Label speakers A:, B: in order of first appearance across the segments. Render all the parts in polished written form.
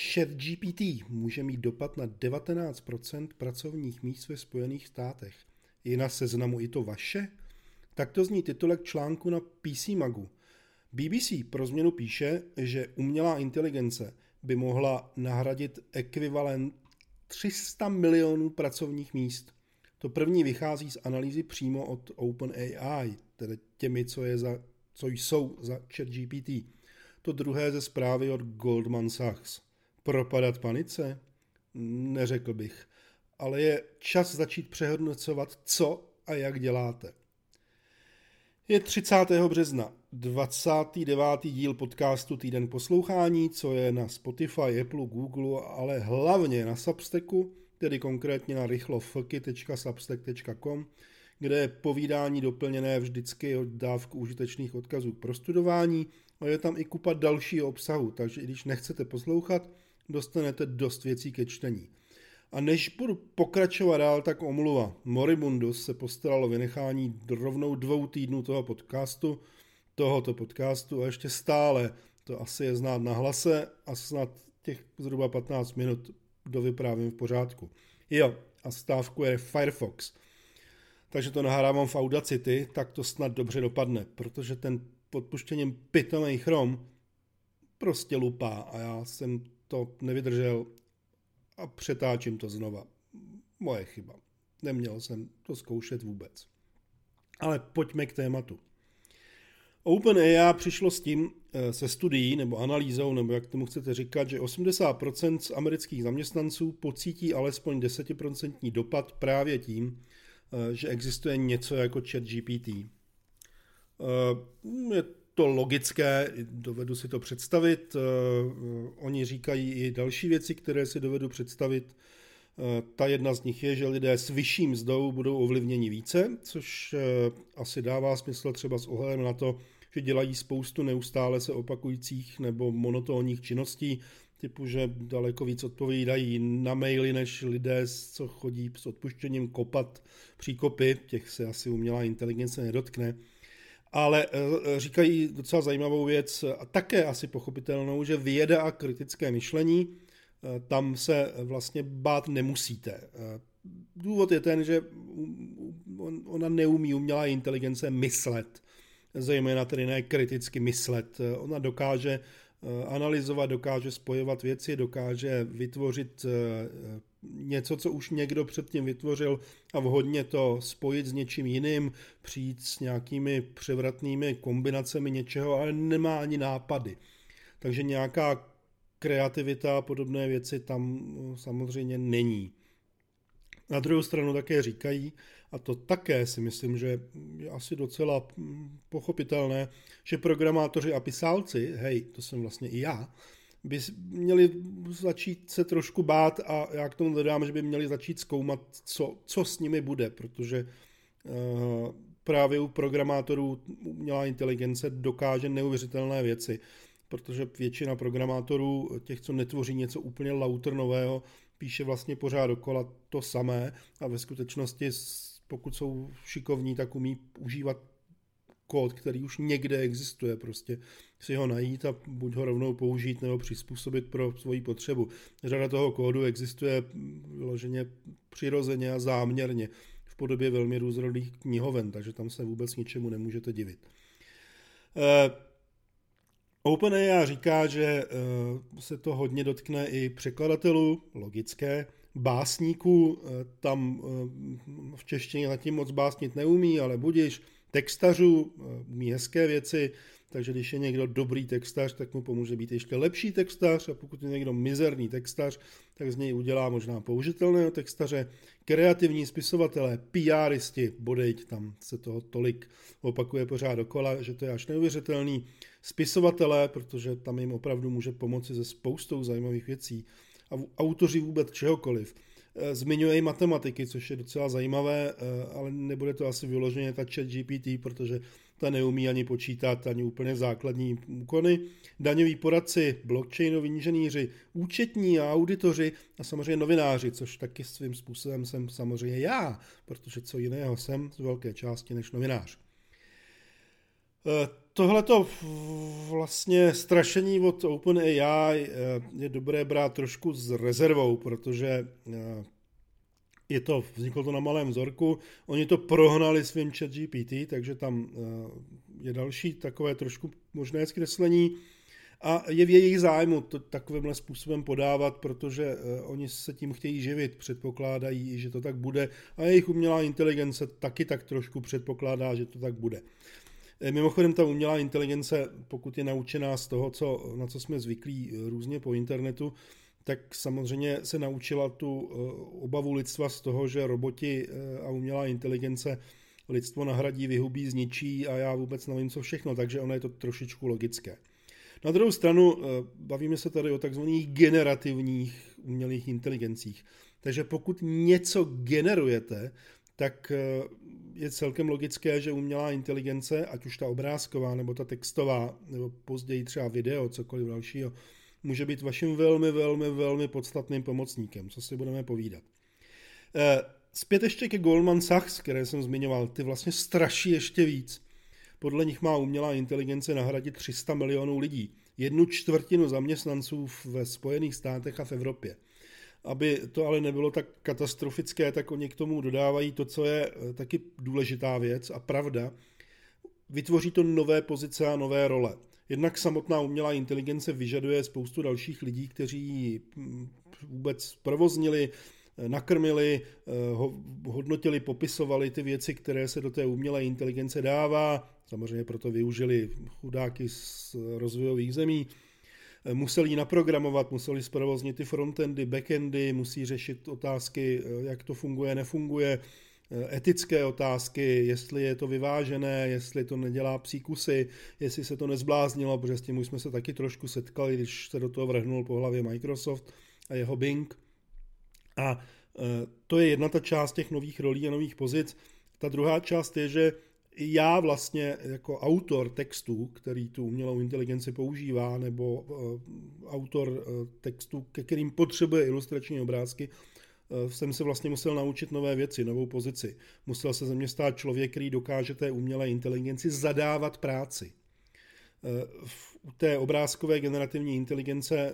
A: ChatGPT může mít dopad na 19% pracovních míst ve Spojených státech. Je na seznamu i to vaše? Tak to zní titulek článku na PC Magu. BBC pro změnu píše, že umělá inteligence by mohla nahradit ekvivalent 300 milionů pracovních míst. To první vychází z analýzy přímo od OpenAI, tedy těmi, co jsou za ChatGPT. To druhé ze zprávy od Goldman Sachs. Propadat panice? Neřekl bych, ale je čas začít přehodnocovat, co a jak děláte. Je 30. března, 29. díl podcastu Týden poslouchání, co je na Spotify, Apple, Google, ale hlavně na Substacku, tedy konkrétně na rychlofky.substack.com, kde je povídání doplněné vždycky od dávku užitečných odkazů k prostudování, a je tam i kupa dalšího obsahu, takže i když nechcete poslouchat, dostanete dost věcí ke čtení. A než budu pokračovat dál, tak omluva. Moribundus se postaral o vynechání rovnou 2 týdnů tohoto podcastu a ještě stále to asi je znát na hlase a snad těch zhruba 15 minut dovyprávím v pořádku. Jo, a stávku je Firefox. Takže to nahrávám v Audacity, tak to snad dobře dopadne, protože ten podpuštěním pitomej Chrome prostě lupá a já jsem to nevydržel a přetáčím to znova. Moje chyba. Neměl jsem to zkoušet vůbec. Ale pojďme k tématu. OpenAI přišlo s tím se studií nebo analýzou, nebo jak tomu chcete říkat, že 80% z amerických zaměstnanců pocítí alespoň 10% dopad právě tím, že existuje něco jako ChatGPT. Je to logické, dovedu si to představit. Oni říkají i další věci, které si dovedu představit. Ta jedna z nich je, že lidé s vyšší mzdou budou ovlivněni více, což asi dává smysl třeba s ohledem na to, že dělají spoustu neustále se opakujících nebo monotónních činností, typu, že daleko víc odpovídají na maily, než lidé, co chodí s odpuštěním kopat příkopy, těch se asi umělá inteligence nedotkne. Ale říkají docela zajímavou věc a také asi pochopitelnou, že věda a kritické myšlení, tam se vlastně bát nemusíte. Důvod je ten, že ona neumí umělá inteligence myslet, zejména tedy ne kriticky myslet. Ona dokáže analyzovat, dokáže spojovat věci, dokáže vytvořit něco, co už někdo předtím vytvořil a vhodně to spojit s něčím jiným, přijít s nějakými převratnými kombinacemi něčeho, ale nemá ani nápady. Takže nějaká kreativita a podobné věci tam samozřejmě není. Na druhou stranu také říkají, a to také si myslím, že je asi docela pochopitelné, že programátoři a pisálci, hej, to jsem vlastně i já, by měli začít se trošku bát a já k tomu dodám, že by měli začít zkoumat, co s nimi bude, protože právě u programátorů umělá inteligence dokáže neuvěřitelné věci, protože většina programátorů, těch, co netvoří něco úplně lauter nového, píše vlastně pořád dokola to samé a ve skutečnosti, pokud jsou šikovní, tak umí užívat kód, který už někde existuje, prostě si ho najít a buď ho rovnou použít nebo přizpůsobit pro svoji potřebu. Řada toho kódu existuje vyloženě přirozeně a záměrně v podobě velmi různorodých knihoven, takže tam se vůbec ničemu nemůžete divit. OpenAI říká, že se to hodně dotkne i překladatelů, logické, básníků, tam v češtině zatím moc básnit neumí, ale budiž, textařů, umí hezké věci, takže když je někdo dobrý textař, tak mu pomůže být ještě lepší textař a pokud je někdo mizerný textař, tak z něj udělá možná použitelného textaře. Kreativní spisovatelé, PRisti, bodejť, tam se toho tolik opakuje pořád dokola, že to je až neuvěřitelný. Spisovatelé, protože tam jim opravdu může pomoci se spoustou zajímavých věcí. A autoři vůbec čehokoliv. Zmiňuje i matematiky, což je docela zajímavé, ale nebude to asi vyloženě ta ChatGPT, protože ta neumí ani počítat, ani úplně základní úkony. Daňoví poradci, blockchainoví inženýři, účetní a auditoři a samozřejmě novináři, což taky svým způsobem jsem samozřejmě 'já', protože co jiného jsem z velké části než novinář. 80% Tohleto vlastně strašení od OpenAI je dobré brát trošku s rezervou, protože vzniklo to na malém vzorku, oni to prohnali svým ChatGPT, takže tam je další takové trošku možné zkreslení a je v jejich zájmu to takovýmhle způsobem podávat, protože oni se tím chtějí živit, předpokládají, že to tak bude a jejich umělá inteligence taky tak trošku předpokládá, že to tak bude. Mimochodem ta umělá inteligence, pokud je naučená z toho, na co jsme zvyklí různě po internetu, tak samozřejmě se naučila tu obavu lidstva z toho, že roboti a umělá inteligence lidstvo nahradí, vyhubí, zničí a já vůbec nevím co všechno, takže ono je to trošičku logické. Na druhou stranu bavíme se tady o takzvaných generativních umělých inteligencích. Takže pokud něco generujete, tak je celkem logické, že umělá inteligence, ať už ta obrázková, nebo ta textová, nebo později třeba video, cokoliv dalšího, může být vaším velmi, velmi, velmi podstatným pomocníkem, co si budeme povídat. Zpět ještě ke Goldman Sachs, které jsem zmiňoval, ty vlastně straší ještě víc. Podle nich má umělá inteligence nahradit 300 milionů lidí, 1/4 zaměstnanců ve Spojených státech a v Evropě. Aby to ale nebylo tak katastrofické, tak oni k tomu dodávají to, co je taky důležitá věc a pravda. Vytvoří to nové pozice a nové role. Jednak samotná umělá inteligence vyžaduje spoustu dalších lidí, kteří ji vůbec provoznili, nakrmili, hodnotili, popisovali ty věci, které se do té umělé inteligence dává. Samozřejmě proto využili chudáky z rozvojových zemí. Museli ji naprogramovat, museli zprovoznit ty frontendy, backendy, musí řešit otázky, jak to funguje, nefunguje, etické otázky, jestli je to vyvážené, jestli to nedělá psí kusy, jestli se to nezbláznilo, protože s tím už jsme se taky trošku setkali, když se do toho vrhnul po hlavě Microsoft a jeho Bing. A to je jedna ta část těch nových rolí a nových pozic. Ta druhá část je, že já vlastně jako autor textu, který tu umělou inteligenci používá, nebo autor textu, ke kterým potřebuje ilustrační obrázky, jsem se vlastně musel naučit nové věci, novou pozici. Musel se ze mě stát člověk, který dokáže té umělé inteligenci zadávat práci. U té obrázkové generativní inteligence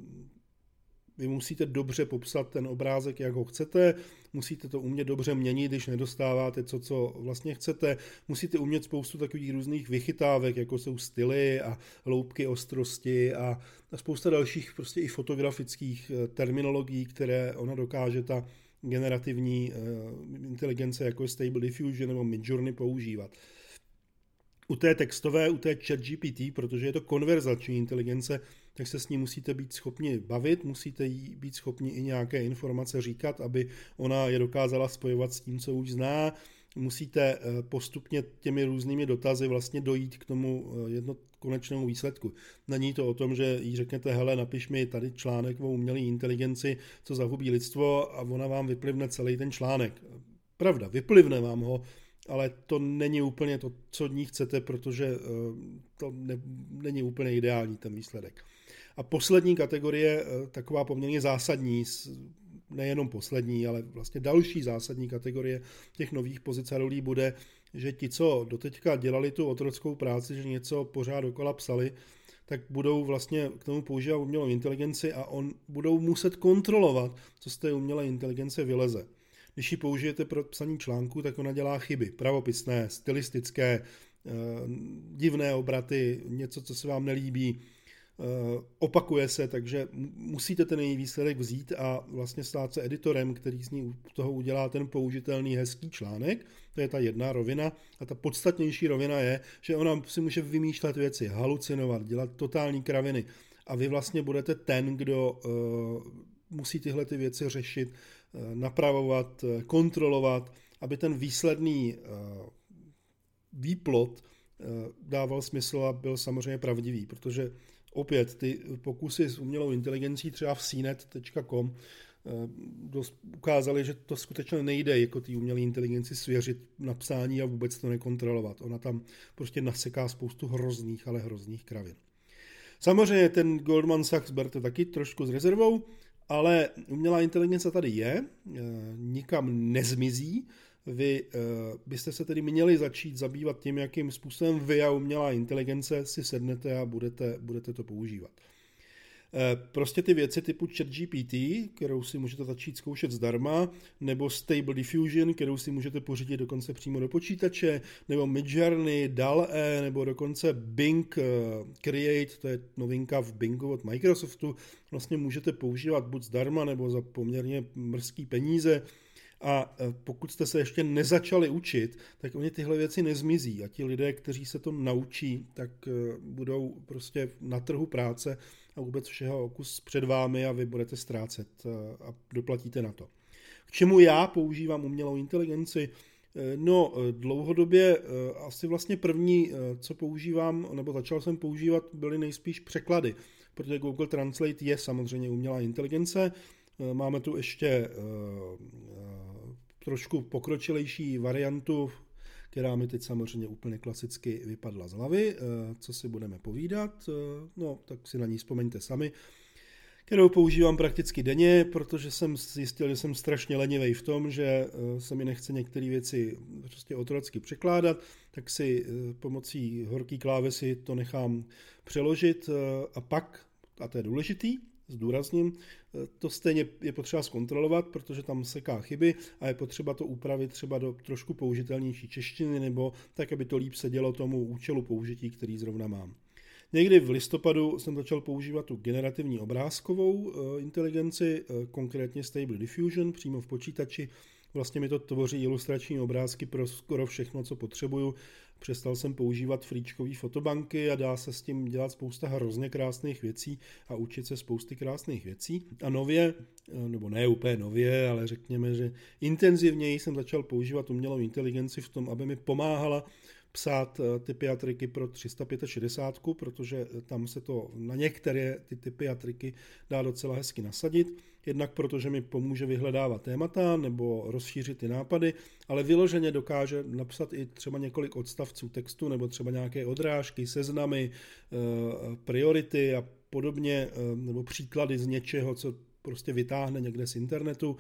A: vy musíte dobře popsat ten obrázek, jak ho chcete, musíte to umět dobře měnit, když nedostáváte co vlastně chcete, musíte umět spoustu takových různých vychytávek, jako jsou styly a hloubky, ostrosti a spousta dalších prostě i fotografických terminologií, které ona dokáže ta generativní inteligence, jako je Stable Diffusion nebo Midjourney, používat. U té textové, u té ChatGPT, protože je to konverzační inteligence, tak se s ní musíte být schopni bavit, musíte jí být schopni i nějaké informace říkat, aby ona je dokázala spojovat s tím, co už zná. Musíte postupně těmi různými dotazy vlastně dojít k tomu konečnému výsledku. Není to o tom, že jí řeknete, hele, napiš mi tady článek o umělé inteligenci, co zahubí lidstvo, a ona vám vyplivne celý ten článek. Pravda, vyplivne vám ho, ale to není úplně to, co od ní chcete, protože to není úplně ideální ten výsledek. A poslední kategorie, taková poměrně zásadní, nejenom poslední, ale vlastně další zásadní kategorie těch nových pozic a rolí bude, že ti, co doteďka dělali tu otrockou práci, že něco pořád dokola psali, tak budou vlastně k tomu používat umělou inteligenci a budou muset kontrolovat, co z té umělé inteligence vyleze. Když ji použijete pro psaní článku, tak ona dělá chyby, pravopisné, stylistické, divné obraty, něco, co se vám nelíbí, opakuje se, takže musíte ten její výsledek vzít a vlastně stát se editorem, který z ní toho udělá ten použitelný hezký článek. To je ta jedna rovina. A ta podstatnější rovina je, že ona si může vymýšlet věci, halucinovat, dělat totální kraviny. A vy vlastně budete ten, kdo musí tyhle ty věci řešit, napravovat, kontrolovat, aby ten výsledný výplod dával smysl a byl samozřejmě pravdivý, protože opět ty pokusy s umělou inteligencí třeba v cnet.com ukázaly, že to skutečně nejde jako té umělé inteligenci svěřit napsání a vůbec to nekontrolovat. Ona tam prostě naseká spoustu hrozných, ale hrozných kravin. Samozřejmě ten Goldman Sachs berte taky trošku s rezervou, ale umělá inteligence tady je, nikam nezmizí, Vy byste se tedy měli začít zabývat tím, jakým způsobem vy a umělá inteligence si sednete a budete to používat. Prostě ty věci typu ChatGPT, kterou si můžete začít zkoušet zdarma, nebo Stable Diffusion, kterou si můžete pořídit dokonce přímo do počítače, nebo Midjourney, DALL-E, nebo dokonce Bing Create, to je novinka v Bingu od Microsoftu, vlastně můžete používat buď zdarma, nebo za poměrně mrzký peníze. A pokud jste se ještě nezačali učit, tak oni tyhle věci nezmizí a ti lidé, kteří se to naučí, tak budou prostě na trhu práce a vůbec všeho o kus před vámi a vy budete ztrácet a doplatíte na to. K čemu já používám umělou inteligenci? No, dlouhodobě asi vlastně první, co používám, nebo začal jsem používat, byly nejspíš překlady, protože Google Translate je samozřejmě umělá inteligence. Máme tu ještě trošku pokročilejší variantu, která mi teď samozřejmě úplně klasicky vypadla z hlavy. Co si budeme povídat? No, tak si na ní vzpomeňte sami. Kterou používám prakticky denně, protože jsem zjistil, že jsem strašně lenivej v tom, že se mi nechce některé věci prostě otrocky překládat, tak si pomocí horký klávesy to nechám přeložit a pak, a to je důležitý, zdůrazním, to stejně je potřeba zkontrolovat, protože tam seká chyby a je potřeba to upravit třeba do trošku použitelnější češtiny nebo tak, aby to líp sedělo tomu účelu použití, který zrovna mám. Někdy v listopadu jsem začal používat tu generativní obrázkovou inteligenci, konkrétně Stable Diffusion, přímo v počítači. Vlastně mi to tvoří ilustrační obrázky pro skoro všechno, co potřebuju. Přestal jsem používat fríčkové fotobanky a dá se s tím dělat spousta hrozně krásných věcí a učit se spousty krásných věcí. A nově, nebo ne úplně nově, ale řekněme, že intenzivněji jsem začal používat umělou inteligenci v tom, aby mi pomáhala psát typy a triky pro 365, protože tam se to na některé ty typy a triky dá docela hezky nasadit. Jednak protože mi pomůže vyhledávat témata nebo rozšířit ty nápady, ale vyloženě dokáže napsat i třeba několik odstavců textu nebo třeba nějaké odrážky, seznamy, priority a podobně, nebo příklady z něčeho, co prostě vytáhne někde z internetu.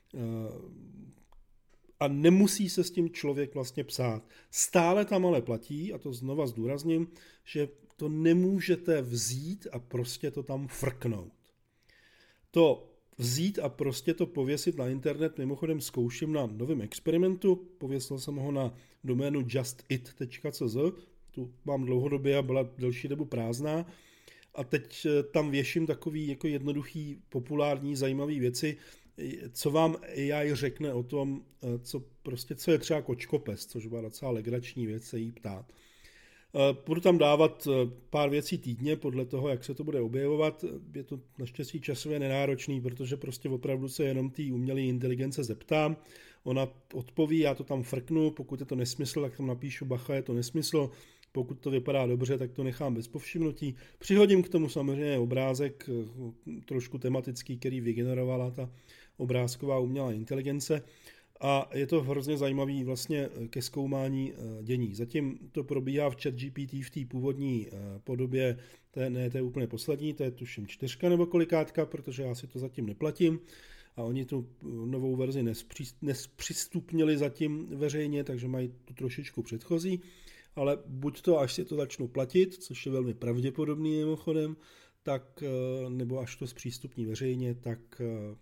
A: A nemusí se s tím člověk vlastně psát. Stále tam ale platí, a to znova zdůrazním, že to nemůžete vzít a prostě to tam frknout. To vzít a prostě to pověsit na internet, mimochodem zkouším na novém experimentu, pověsil jsem ho na doménu justit.cz, tu mám dlouhodobě a byla delší dobu prázdná, a teď tam věším takový jako jednoduchý, populární, zajímavý věci, co vám AI řekne o tom, co je třeba kočkopes, což byla docela legrační věc se jí ptát. Budu tam dávat pár věcí týdně podle toho, jak se to bude objevovat. Je to naštěstí časově nenáročný, protože prostě opravdu se jenom té umělé inteligence zeptám. Ona odpoví, já to tam frknu, pokud je to nesmysl, tak tam napíšu bacha, je to nesmysl. Pokud to vypadá dobře, tak to nechám bez povšimnutí. Přihodím k tomu samozřejmě obrázek trošku tematický, který vygenerovala ta obrázková umělá inteligence. A je to hrozně zajímavý vlastně ke zkoumání dění. Zatím to probíhá v ChatGPT v té původní podobě, to je úplně poslední, to je tuším 4 nebo kolikátka, protože já si to zatím neplatím. A oni tu novou verzi nespřístupnili zatím veřejně, takže mají tu trošičku předchozí. Ale buď to, až si to začnou platit, což je velmi pravděpodobný mimochodem, tak, nebo až to zpřístupní veřejně, tak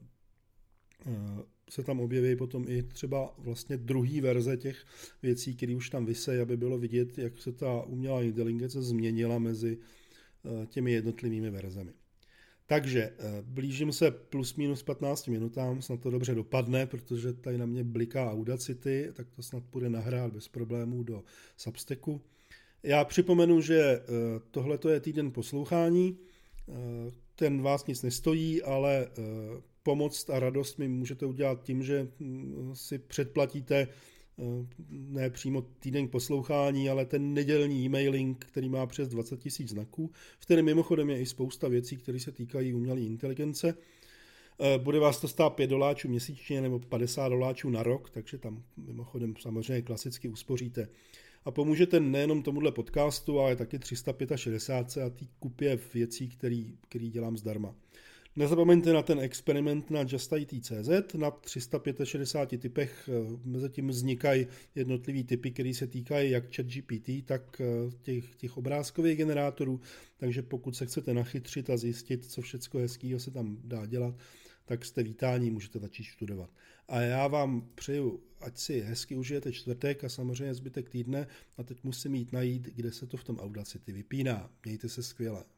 A: se tam objeví potom i třeba vlastně druhý verze těch věcí, které už tam visejí, aby bylo vidět, jak se ta umělá inteligence změnila mezi těmi jednotlivými verzemi. Takže blížím se plus minus 15 minutám, snad to dobře dopadne, protože tady na mě bliká Audacity, tak to snad půjde nahrát bez problémů do Substacku. Já připomenu, že tohle je týden poslouchání, ten vás nic nestojí, ale pomoc a radost mi můžete udělat tím, že si předplatíte ne přímo týden poslouchání, ale ten nedělní e-mailing, který má přes 20 000 znaků, v kterém mimochodem je i spousta věcí, které se týkají umělé inteligence. Bude vás to stát $5 měsíčně nebo $50 na rok, takže tam mimochodem samozřejmě klasicky uspoříte. A pomůžete nejenom tomuhle podcastu, ale taky 365 a té kupě věcí, který dělám zdarma. Nezapomeňte na ten experiment na justit.cz, na 365 typech mezi tím vznikají jednotlivý typy, které se týkají jak ChatGPT, tak těch obrázkových generátorů, takže pokud se chcete nachytřit a zjistit, co všechno hezkýho se tam dá dělat, tak jste vítáni, můžete začít studovat. A já vám přeju, ať si hezky užijete čtvrtek a samozřejmě zbytek týdne a teď musím jít najít, kde se to v tom Audacity vypíná. Mějte se skvěle.